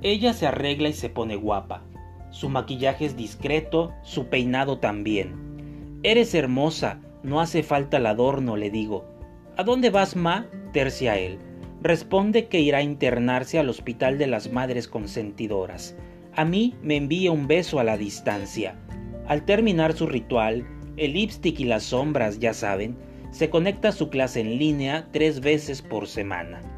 Ella se arregla y se pone guapa. Su maquillaje es discreto, su peinado también. «Eres hermosa, no hace falta el adorno», le digo. «¿A dónde vas, ma?», tercia él. Responde que irá a internarse al Hospital de las Madres Consentidoras. A mí me envía un beso a la distancia. Al terminar su ritual, el lipstick y las sombras, ya saben, se conecta a su clase en línea 3 veces por semana.